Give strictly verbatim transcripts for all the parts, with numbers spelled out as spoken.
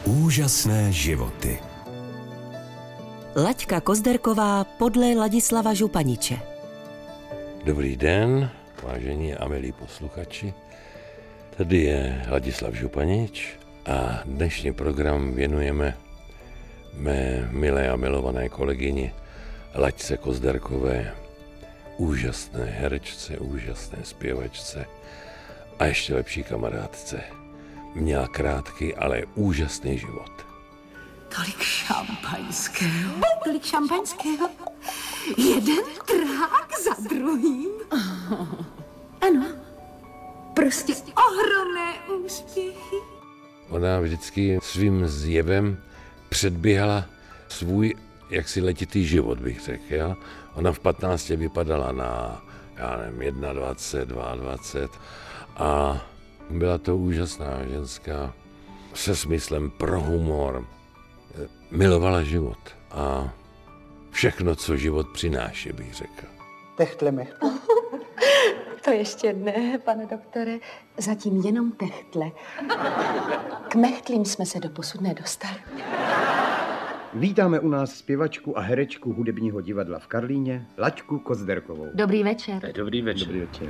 Úžasné životy. Laďka Kozderková podle Ladislava Županiče. Dobrý den, vážení a milí posluchači. Tady je Ladislav Županič a dnešní program věnujeme mé milé a milované kolegyni Laďce Kozderkové, úžasné herečce, úžasné zpěvačce a ještě lepší kamarádce. Měla krátký, ale úžasný život. Tolik šampaňského, tolik šampaňského. Jeden trhák za druhým. Ano, prostě ohromné úspěchy. Ona vždycky svým zjevem předběhala svůj jaksi letitý život, bych řekl. Ja? Ona v patnácti vypadala na, já nevím, dvacet jedna, dvacet dva a byla to úžasná ženská se smyslem pro humor. Milovala život a všechno, co život přináší, bych řekl. Techtle mechtle. To ještě ne, pane doktore, zatím jenom techtle. K mechtlím jsme se doposud nedostali. Vítáme u nás zpěvačku a herečku hudebního divadla v Karlíně, Laďku Kozderkovou. Dobrý večer. Dobrý večer. Dobrý večer.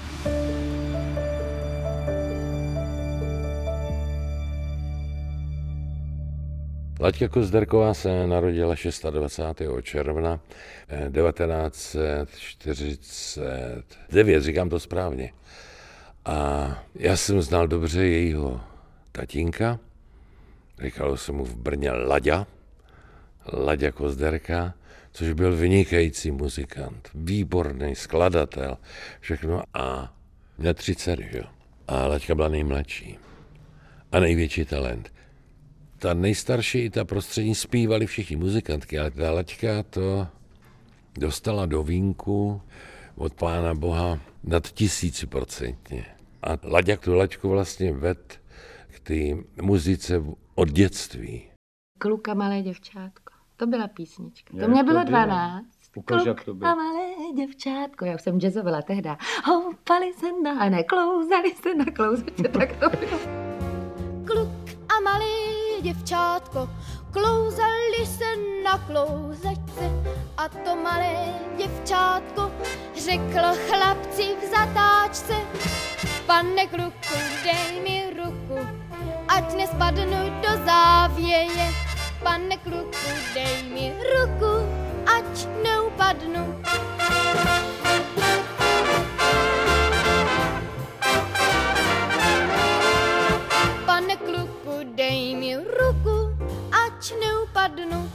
Laďka Kozderková se narodila dvacátého šestého června devatenáct set čtyřicet devět, říkám to správně. A já jsem znal dobře jejího tatínka, říkalo se mu v Brně Laďa, Laďa Kozderka, což byl vynikající muzikant, výborný skladatel, všechno. A měl tři dcery, jo. A Laďka byla nejmladší a největší talent. Ta nejstarší i ta prostřední zpívali všichni muzikantky, ale ta Laďka to dostala do vínku od Pána Boha nad tisíciprocentně. A Laďa tu Laďku vlastně ved k té muzice od dětství. Kluka, malé děvčátko. To byla písnička. To mě bylo dvanáct. Ukaž, jak to Kluk bylo. a malé děvčátko. Já už jsem jazzovala tehda. Houpali se na, a ne, klouzali se na klouzačce, tak to bylo. Kluk a malé děvčátko klouzali se na klouzačce a to malé děvčátko řeklo chlapci v zatáčce: pane kluku, dej mi ruku, ať nespadnu do závěje. Pane kluku, dej mi ruku, ať neupadnu. Pane kluku, dej mi ruku, ať neupadnu.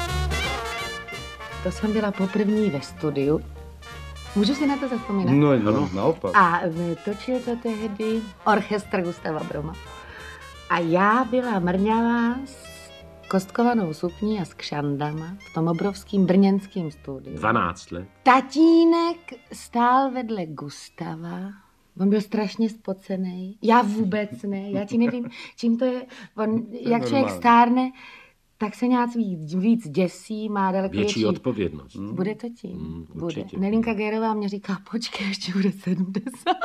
To jsem byla poprvní ve studiu. Můžu si na to zapomínat? No, no, naopak. A točil to tehdy orchestr Gustava Broma. A já byla mrňavá s kostkovanou sukní a s kšandama v tom obrovským brněnským studiu. dvanáct let. Tatínek stál vedle Gustava. On byl strašně spocený. Já vůbec ne. Já ti nevím, čím to je. On, jak člověk stárne, tak se nějak víc, víc děsí, má daleko Větší větší odpovědnost. Hmm. Bude to tím? Hmm, Bude. určitě. Nelinka Gerová mě říká, počkej, ještě bude sedmdesát.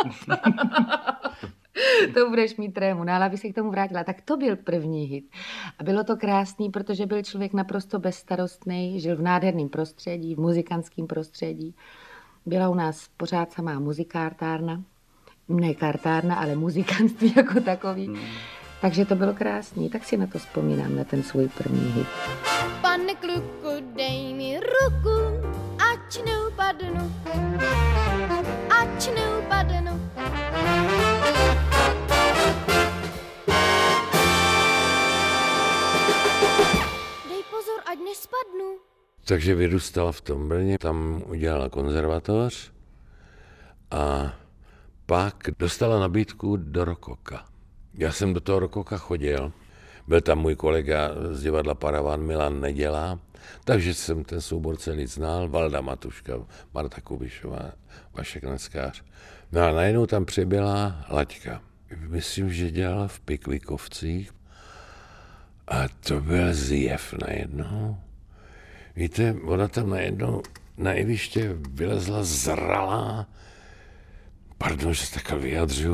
To budeš mít trému. No ale aby se k tomu vrátila, tak to byl první hit. A bylo to krásný, protože byl člověk naprosto bezstarostný, žil v nádherném prostředí, v muzikantském prostředí. Byla u nás pořád samá muzikártárna. Ne kartárna, ale muzikantství jako takový. Hmm. Takže to bylo krásný, tak si na to vzpomínám, na ten svůj první hit. Pane kluku, dej mi ruku, ať neupadnu, ať neupadnu. Dej pozor, ať nespadnu. Takže vyrůstala v tom Brně, tam udělala konzervatoř a pak dostala nabídku do Rokoka. Já jsem do toho Rokoka chodil, byl tam můj kolega z divadla Paraván Milan Neděla, takže jsem ten soubor celý znal, Valda Matuška, Marta Kubišová, Vašek Neckář. No a najednou tam přibyla Laďka. Myslím, že dělala v Pikvikovcích a to byl zjev najednou. Víte, ona tam najednou na jeviště vylezla zralá, pardon, že se takhle vyjadřuju,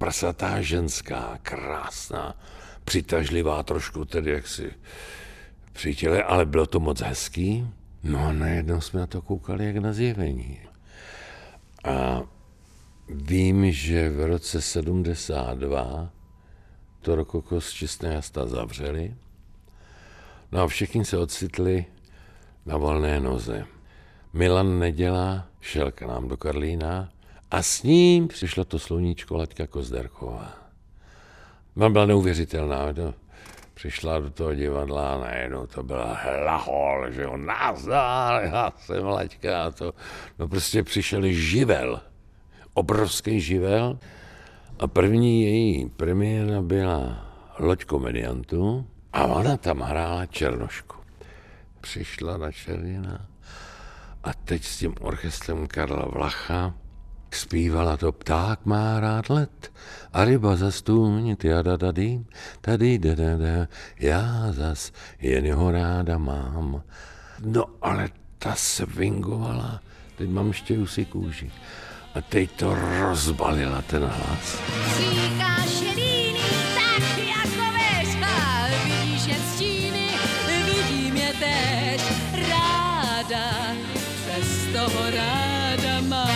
prasatá ženská, krásná, přitažlivá trošku, tedy jaksi při těle, ale bylo to moc hezký. No a najednou jsme na to koukali jak na zjevení. A vím, že v roce sedmdesát dva to Rokoko z Čistné Jasta zavřeli. No a všichni se ocitli na volné noze. Milan Neděla šel k nám do Karlína a s ním přišlo to sluníčko Laďka Kozderková. Byla neuvěřitelná. To přišla do toho divadla a najednou to byla hlahol, že on nazdar, já jsem Laďka. A to, no prostě přišel živel, obrovský živel. A první její premiéra byla Loď komediantů a ona tam hrála Černošku. Přišla na Černina a teď s tím orchestrem Karla Vlacha zpívala to Pták má rád let a ryba za stůň, tyadadadým, tady dadada, já zas jen jeho ráda mám. No ale ta swingovala, teď mám štěvusí kůži a teď to rozbalila ten hlas. Říkáš líný, tak jako veš, a vidíš jen stíny, vidím je tež ráda, přes toho ráda mám.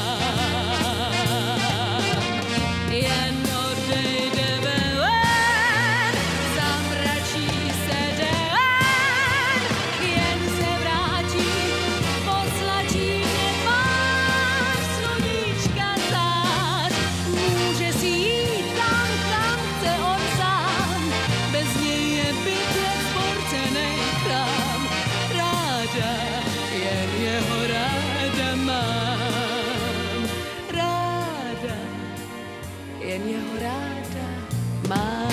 Jen odejdeme ven, zamračí se den, jen se vrátí, posladí mě tvář, sluníčka zář. Může si jít tam, kam chce on sám, bez něj je byt jak zborcenej chrám. Ráda, jen jeho ráda mám. Ráda, jen jeho ráda mám.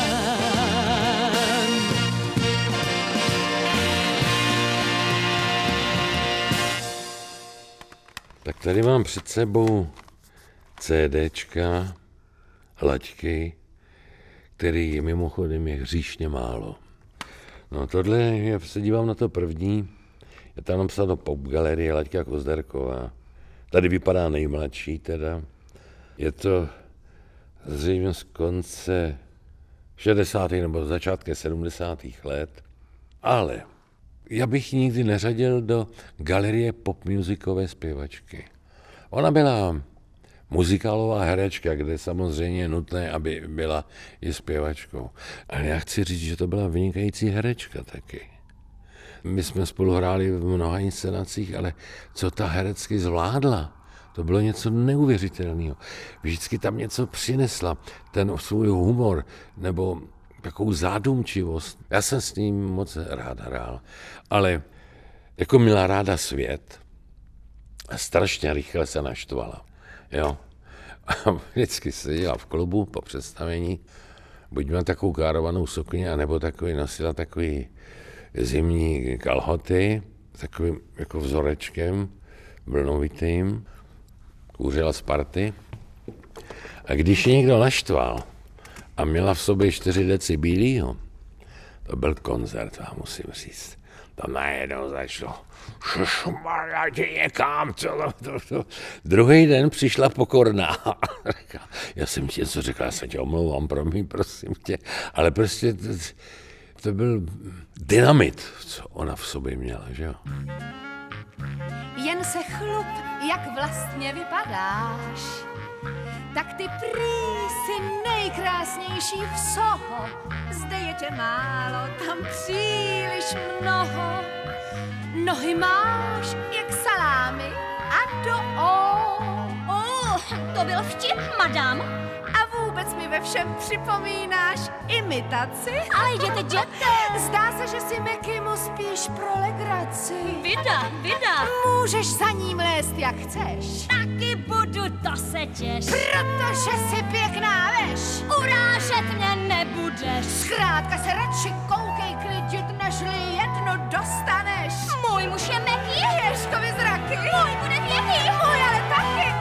Tak tady mám před sebou CDčka Laďky, který mimochodem je hříšně málo. No tohle, já se dívám na to první, je tam napsáno Pop galerie Laďka Kozderková. Tady vypadá nejmladší teda. Je to zřejmě z konce šedesátých nebo začátkem sedmdesátých let. Ale já bych ji nikdy neřadil do galerie popmusicové zpěvačky. Ona byla muzikálová herečka, kde samozřejmě je nutné, aby byla i zpěvačkou. Ale já chci říct, že to byla vynikající herečka taky. My jsme spolu hráli v mnoha inscenacích, ale co ta herecky zvládla, to bylo něco neuvěřitelného. Vždycky tam něco přinesla, ten svůj humor, nebo takovou zádumčivost. Já jsem s ním moc rád hrál, ale jako měla ráda svět a strašně rychle se naštvala. Jo. A vždycky seděla v klubu po představení, buď měla takovou károvanou sukni, anebo takový, nosila takový zimní kalhoty, takovým jako vzorečkem, vlnovitým, kouřila z party. A když ji někdo naštval a měla v sobě čtyři deci bílýho, to byl koncert, vám musím říct. To najednou začalo. Šušmarja, ti někam, co to, to. Druhý den přišla Pokorná. Já jsem ti něco řekl, já se tě omlouvám, promiň, prosím tě. Ale prostě to, to byl dynamit, co ona v sobě měla, že jo? Jen se chlup, jak vlastně vypadáš, tak ty prý jsi nejkrásnější v Soho. Zde je tě málo, tam příliš mnoho. Nohy máš jak salámy a do o. Oh, to byl vtip, madam. A vůbec mi ve všem připomínáš imitaci. Ale jděte, jděte. Zdá se, že si Mekymu spíš pro legraci. Vida, vida. Můžeš za ním lézt, jak chceš. Taky budu, to se těš. Protože jsi pěkná veš. Urážet mě nebudeš. Zkrátka se radši koukej klidit, nežli jedno dostaneš. Můj muž je Meky. Ježkovi zraky. Můj bude pěkný. Můj ale taky.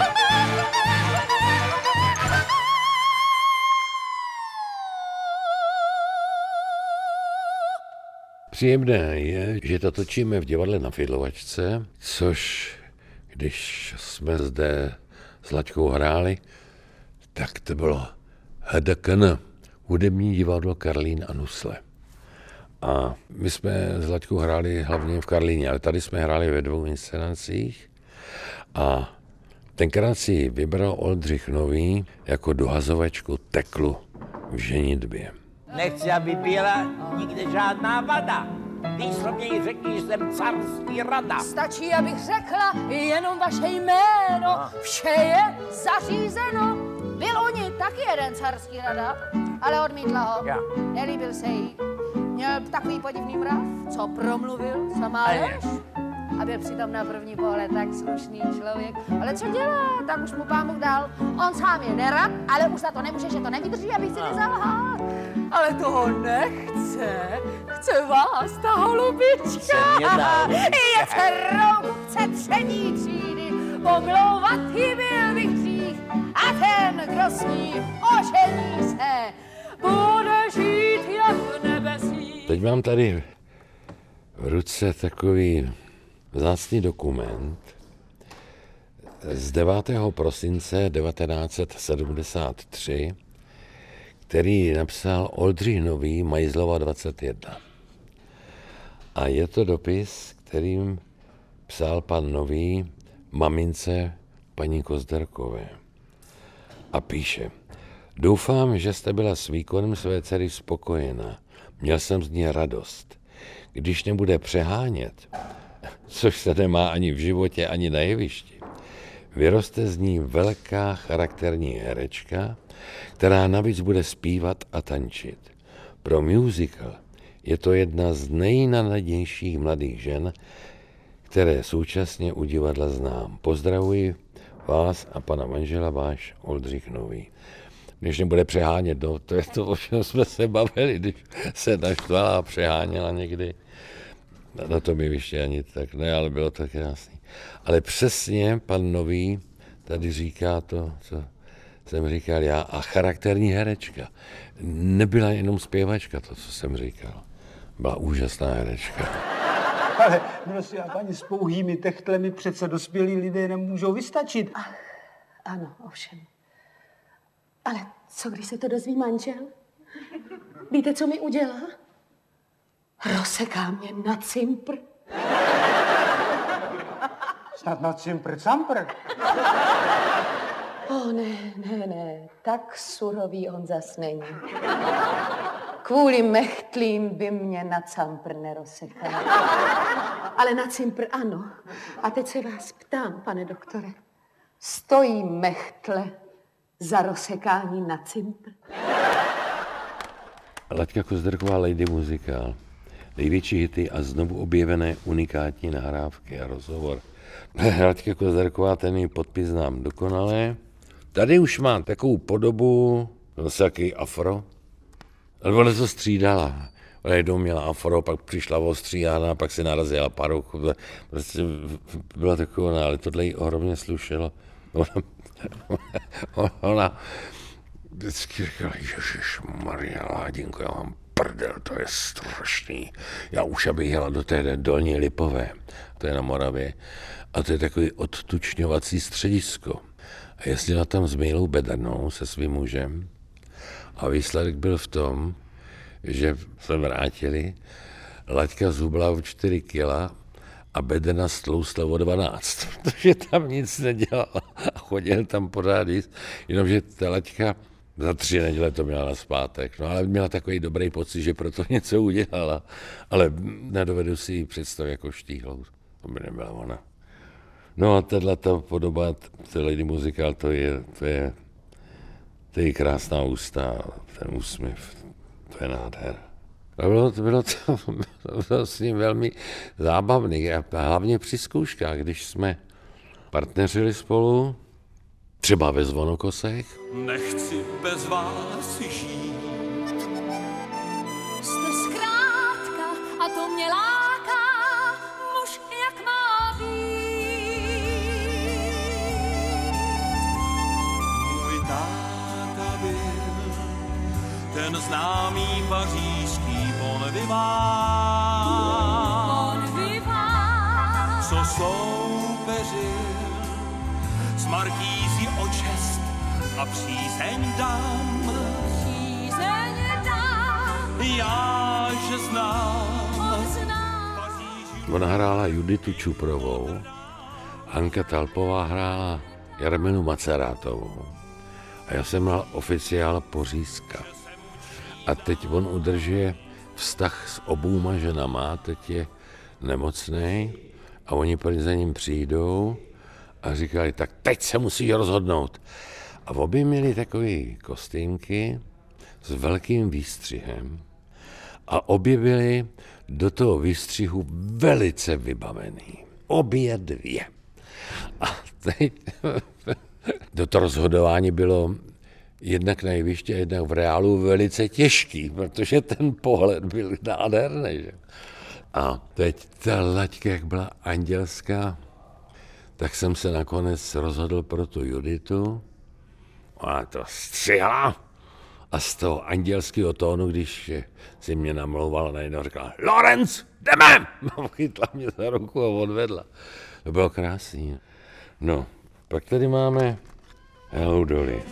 Příjemné je, že to točíme v divadle na Fidlovačce, což když jsme zde s Laďkou hráli, tak to bylo H D K N, Hudební divadlo Karlín a Nusle. A my jsme s Laďkou hráli hlavně v Karlíně, ale tady jsme hráli ve dvou inscenacích a tenkrát si vybral Oldřich Nový jako dohazovačku Teklu v ženitbě. Nechci, aby byla nikde žádná vada. Výslovně řekni, že jsem carský rada. Stačí, abych řekla jenom vaše jméno. Vše je zařízeno. Byl u ní taky jeden carský rada, ale odmítla ho. Já. Nelíbil se jí. Měl takový podivný mrav, co promluvil, co máš. A byl přitom na první pohled tak slušný člověk. Ale co dělá? Tak už mu pán Bůh dal. On sám je nerad, ale už za to nemůže, že to nevydrží, aby si nezalhal. Ale toho nechce. Chce vás, ta holubička. Je dcerou kupce třetí třídy. Pomlouvatý byl bych hřích. A ten, kdo s ní ožení se, bude žít jak v nebesích. Teď mám tady v ruce takový vzácný dokument z devátého prosince devatenáct set sedmdesát tři, který napsal Oldřich Nový, Majzlova dvacet jedna. A je to dopis, kterým psal pan Nový mamince paní Kozderkové. A píše: Doufám, že jste byla s výkonem své dcery spokojená. Měl jsem z ní radost. Když nebude přehánět, což se nemá ani v životě, ani na jevišti, vyroste z ní velká charakterní herečka, která navíc bude zpívat a tančit. Pro musical je to jedna z nejnanadějších mladých žen, které současně u divadla znám. Pozdravuji vás a pana manžela, váš Oldřich Nový. Když nebude přehánět, no, to je to, o čem jsme se bavili, když se naštvala a přeháněla někdy. Na to mi ještě ani tak ne, ale bylo to krásný. Ale přesně pan Nový tady říká to, co jsem říkal já, a charakterní herečka. Nebyla jenom zpěvačka, to, co jsem říkal. Byla úžasná herečka. Ale prosím, a paní, s pouhými techtlemi přece dospělí lidé nemůžou vystačit. Ach, ano, ovšem. Ale co, když se to dozví manžel? Víte, co mi udělá? Rozseká mě na cimpr. Snad na cimpr campr. O ne, ne, ne, tak surový on zas není. Kvůli mechtlím by mě na campr nerozsekal. Ale na cimpr ano. A teď se vás ptám, pane doktore. Stojí mechtle za rozsekání na cimpr? Laďka Kozderková, Lady Muzikál. Největší hity a znovu objevené unikátní nahrávky a rozhovor. Laďka Kozderková, ten její podpis znám dokonale. Tady už má takovou podobu, zase jaký afro. Ale ona to střídala. Ona jednou měla afro, pak přišla ostříhána, pak si narazila paruch. Prostě byla taková, ale tohle jí ohromně slušelo. Ona, ona vždycky říkala, ježišmarja, Ládinko, já mám prdel, to je strašný. Já už abych jela do té Dolní Lipové, to je na Moravě, a to je takový odtučňovací středisko. A jezdila tam s Mejlou Bedrnou se svým mužem a výsledek byl v tom, že se vrátili, Laďka zhubla o čtyři kila a Bedrna stloustla o dvanáct, protože tam nic nedělala a chodil tam pořád jíst, jenomže ta Laďka za tři neděle to měla na zpátek, no ale měla takový dobrý pocit, že proto něco udělala, ale nedovedu si ji představit jako štíhlou, to by nebyla ona. No a tato podoba, ten Lady Muzikál, to je, to je, to je krásná ústa, ten úsměv, to je nádher. A bylo, bylo, to, bylo to s ním velmi zábavný, a hlavně při zkouškách, když jsme partneřili spolu, třeba ve Zvonokosech. Nechci bez vás žít. Jste zkrátka a to mě láká, muž jak má být. Můj táta byl ten známý pařížský bon vivant, Bon vivant. co soupeřil s markýzí o čest a přízeň dám. Přízeň dám. Já, že znám. Ona hrála Juditu Čuprovou, Anka Talpová hrála Jarmilu Macerátovou a já jsem hrál oficiála Pořízka. A teď on udržuje vztah s obouma ženama, teď je nemocnej a oni za ním přijdou a říkali, tak teď se musíš rozhodnout. A obě měli takové kostýmky s velkým výstřihem a obě byly do toho výstřihu velice vybavený. Obě dvě. A teď do toho rozhodování bylo jednak na jevišti a jednak v reálu velice těžký, protože ten pohled byl nádherný. Že? A teď ta laťka, jak byla andělská, tak jsem se nakonec rozhodl pro tu Juditu. Ona to střihla a z toho andělského tónu, když si mě namlouvala, najednou říkala, Lorenz, jdeme! Chytla mě za ruku a odvedla. To bylo krásný. No, pak tady máme Hello Dolly.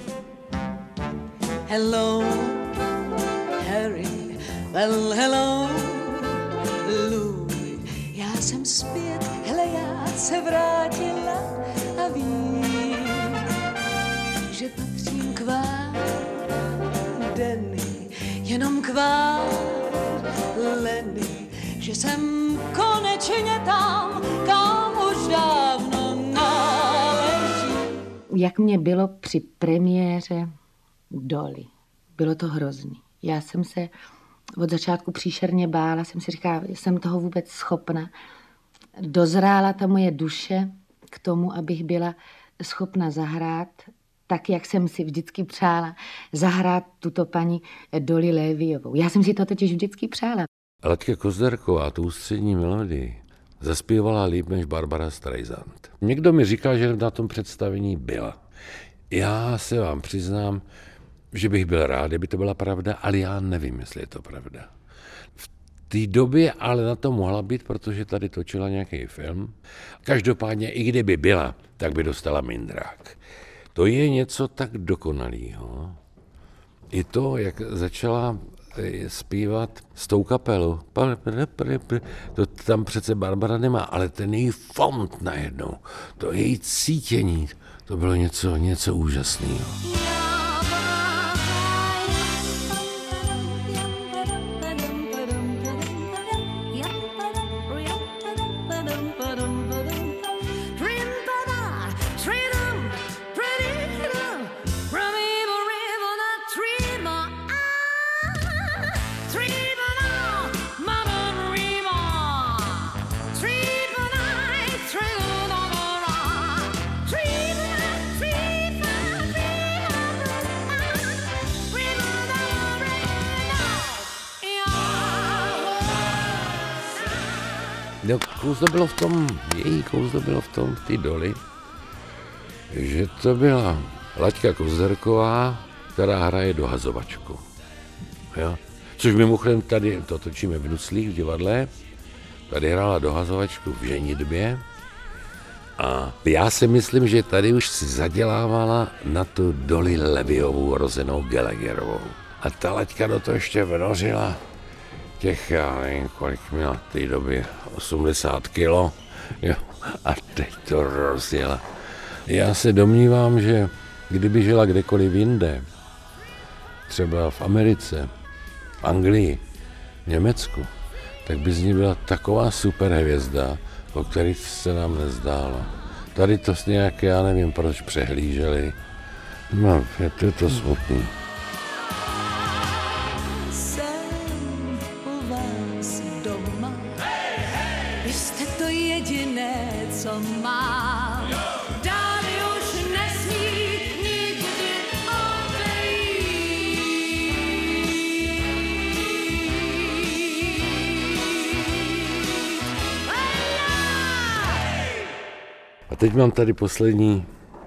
Hello, Harry, well hello, Louis, já jsem zpět, hele já se vrátila a vím, že patřím k vám, Denny, jenom k vám, Lenny, že jsem konečně tam, kam už dávno náleží. Jak mě bylo při premiéře Dolly. Bylo to hrozný. Já jsem se od začátku příšerně bála, jsem si říkala, jsem toho vůbec schopna. Dozrála ta moje duše k tomu, abych byla schopna zahrát tak, jak jsem si vždycky přála, zahrát tuto paní Dolly Léviovou. Já jsem si to totiž vždycky přála. Laďka Kozderková, tu ústřední melodii, zaspívala líp než Barbara Streisand. Někdo mi říkal, že na tom představení byla. Já se vám přiznám, že bych byl rád, kdyby to byla pravda, ale já nevím, jestli je to pravda. V té době ale na to mohla být, protože tady točila nějaký film. Každopádně, i kdyby byla, tak by dostala mindrák. To je něco tak dokonalého. I to, jak začala zpívat s tou kapelou. To tam přece Barbara nemá, ale ten její font najednou, to její cítění, to bylo něco, něco úžasného. No, kouzlo bylo v tom, její kouzlo bylo v tom, ty Dolly, že to byla Laďka Kozderková, která hraje dohazovačku. Jo? Což mimochodem tady, to točíme v Nuslích v divadle, tady hrála dohazovačku v ženitbě a já si myslím, že tady už si zadělávala na tu Dolly Léviovou rozenou Gallagherovou. A ta Laďka do toho ještě vnořila těch, já nevím, kolik měla v té době, osmdesát kilo, jo, a teď to rozjela. Já se domnívám, že kdyby žila kdekoliv jinde, třeba v Americe, v Anglii, v Německu, tak by z ní byla taková superhvězda, o kterých se nám nezdálo. Tady to nějak, já nevím, proč přehlíželi. No, je to, je to smutný. Co mám, dále už nesmí nikdy odejít. A teď mám tady poslední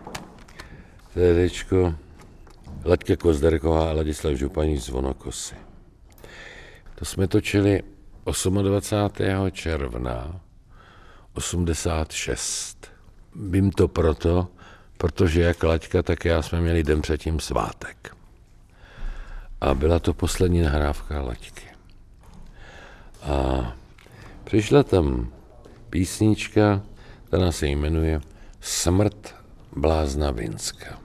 tédečko Laďka Kozderková a Ladislav Županík Zvonokosy. To jsme točili dvacátého osmého června osmdesát šest. Vím to proto, protože jak Laďka, tak já jsme měli den předtím svátek. A byla to poslední nahrávka Laďky. A přišla tam písnička, která se jmenuje Smrt blázna Vinska.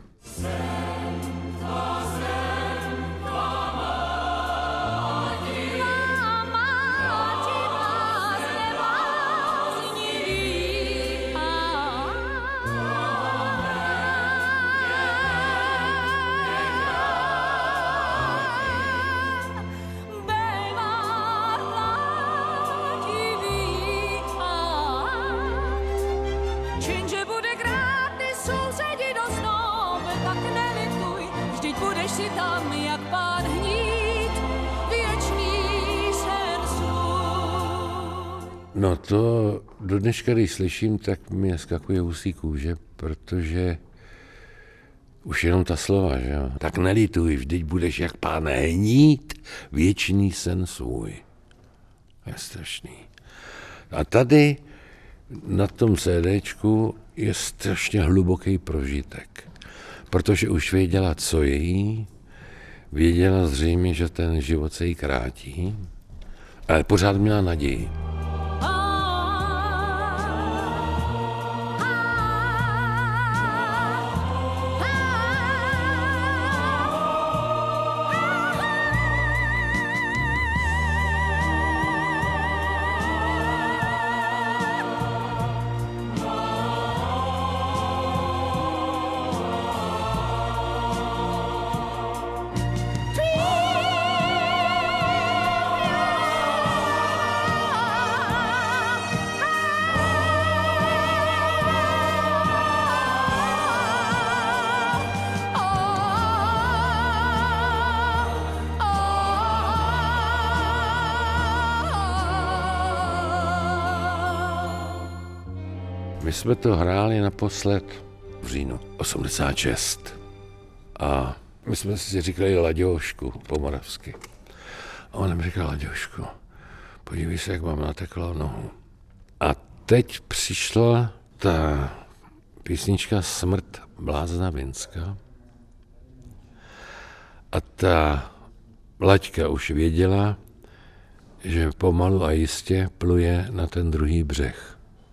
No to do dneška, když slyším, tak mi skakuje husí kůže, protože už jenom ta slova, že jo. Tak nelituj, vždyť budeš jak pán hnít věčný sen svůj. Je strašný. A tady na tom CDčku je strašně hluboký prožitek, protože už věděla, co je jí, věděla zřejmě, že ten život se jí krátí, ale pořád měla naději. My jsme to hráli naposled v říjnu osmdesát šest. A my jsme si říkali Laďošku po moravsky. A on mi říkal, Laďošku, podívej se, jak mám nateklou nohu. A teď přišla ta písnička Smrt blázna Vinska. A ta Laďka už věděla, že pomalu a jistě pluje na ten druhý břeh.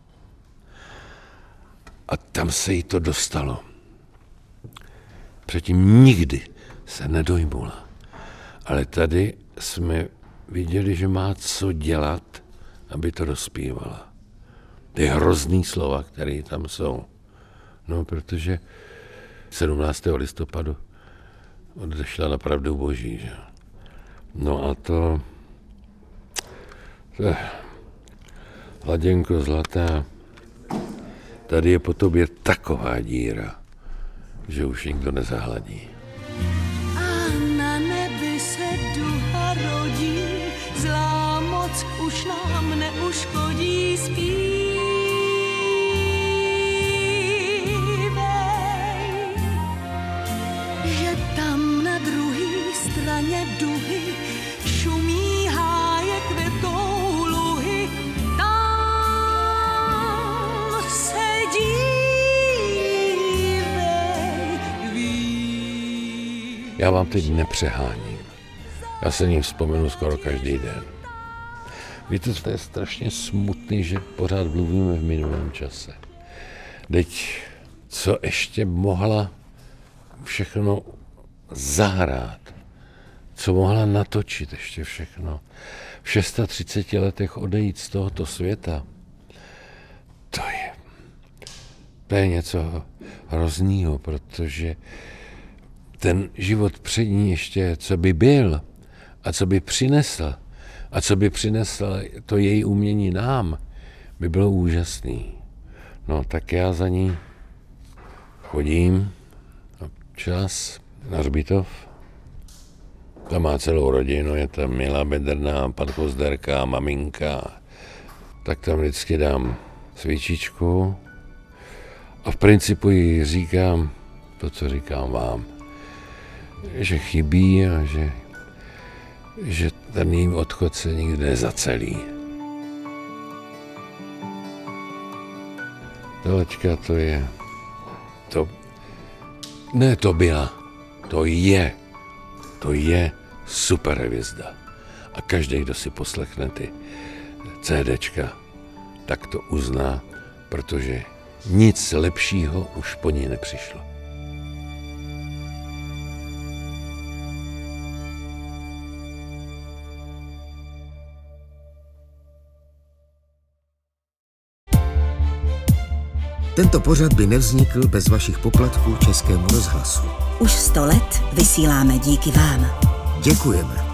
A tam se jí to dostalo. Předtím nikdy se nedojmula. Ale tady jsme viděli, že má co dělat, aby to rozpívala. Ty hrozný slova, které tam jsou. No, protože sedmnáctého listopadu odešla na pravdu boží, že? No a to... to Laděnko zlatá, tady je po tobě taková díra, že už nikdo nezahladí. A na nebi se duha rodí, zlá moc už nám neuškodí, zpívej, že tam na druhé straně duhy šumí háje květou luhy, tam se dívej, víš. Já vám teď nepřeháním. Já se ním vzpomenu skoro každý den. Víte, to je strašně smutný, že pořád mluvíme v minulém čase. Teď, co ještě mohla všechno zahrát, co mohla natočit ještě všechno, v třiceti šesti letech odejít z tohoto světa, to je, to je něco hroznýho, protože ten život před ní ještě, co by byl a co by přinesl, a co by přinesl to její umění nám, by bylo úžasný. No, tak já za ní chodím občas na hřbitov. Tam má celou rodinu, je tam Milá Bedrná, pan Kozderka, maminka. Tak tam vždycky dám svíčičku a v principu jí říkám to, co říkám vám. Že chybí a že, že ten její odchod se nikdy nezacelí. Ta Laďka, to je, to Ne, to byla, to je, to je super hvězda. A každý, kdo si poslechne ty CDčka, tak to uzná, protože nic lepšího už po ní nepřišlo. Tento pořad by nevznikl bez vašich poplatků Českému rozhlasu. Už sto let vysíláme díky vám. Děkujeme.